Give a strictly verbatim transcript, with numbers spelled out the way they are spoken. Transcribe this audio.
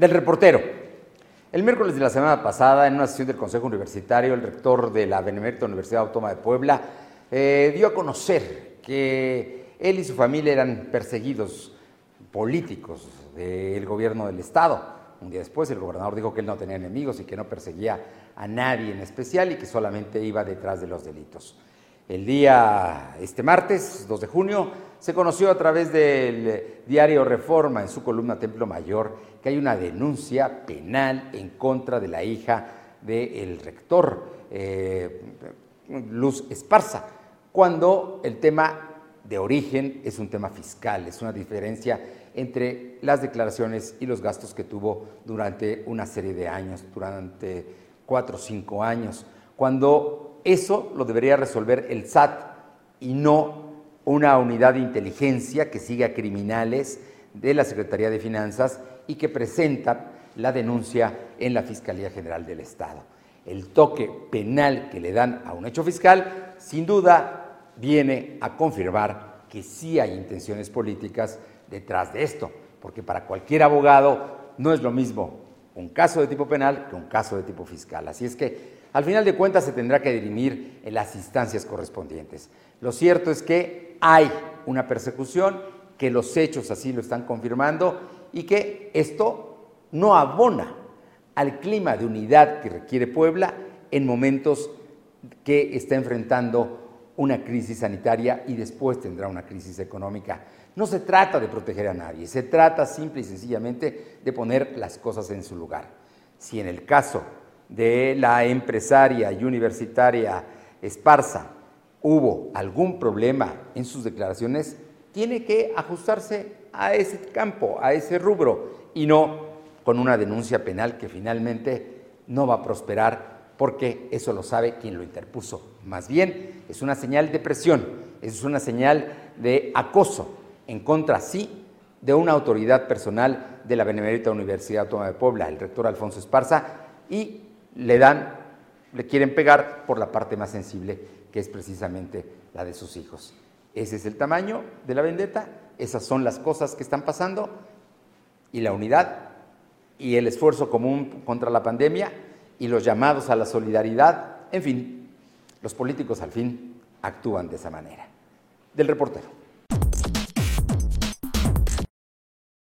Del reportero. El miércoles de la semana pasada, en una sesión del Consejo Universitario, el rector de la Benemérita Universidad Autónoma de Puebla eh, dio a conocer que él y su familia eran perseguidos políticos del gobierno del Estado. Un día después, el gobernador dijo que él no tenía enemigos y que no perseguía a nadie en especial y que solamente iba detrás de los delitos. El día, este martes, dos de junio, se conoció a través del diario Reforma, en su columna Templo Mayor, que hay una denuncia penal en contra de la hija del rector, eh, Luz Esparza, cuando el tema de origen es un tema fiscal, es una diferencia entre las declaraciones y los gastos que tuvo durante una serie de años, durante cuatro o cinco años, cuando eso lo debería resolver el S A T y no una unidad de inteligencia que sigue a criminales de la Secretaría de Finanzas y que presenta la denuncia en la Fiscalía General del Estado. El toque penal que le dan a un hecho fiscal, sin duda, viene a confirmar que sí hay intenciones políticas detrás de esto, porque para cualquier abogado no es lo mismo un caso de tipo penal que un caso de tipo fiscal. Así es que, al final de cuentas, se tendrá que dirimir en las instancias correspondientes. Lo cierto es que hay una persecución, que los hechos así lo están confirmando y que esto no abona al clima de unidad que requiere Puebla en momentos que está enfrentando una crisis sanitaria y después tendrá una crisis económica. No se trata de proteger a nadie, se trata simple y sencillamente de poner las cosas en su lugar. Si en el caso de la empresaria y universitaria Esparza hubo algún problema en sus declaraciones, tiene que ajustarse a ese campo, a ese rubro, y no con una denuncia penal que finalmente no va a prosperar, porque eso lo sabe quien lo interpuso. Más bien, es una señal de presión, es una señal de acoso en contra, sí, de una autoridad personal de la Benemérita Universidad Autónoma de Puebla, el rector Alfonso Esparza, y le dan, le quieren pegar por la parte más sensible, que es precisamente la de sus hijos. Ese es el tamaño de la vendetta, esas son las cosas que están pasando, y la unidad y el esfuerzo común contra la pandemia y los llamados a la solidaridad, en fin, los políticos al fin actúan de esa manera. Del reportero.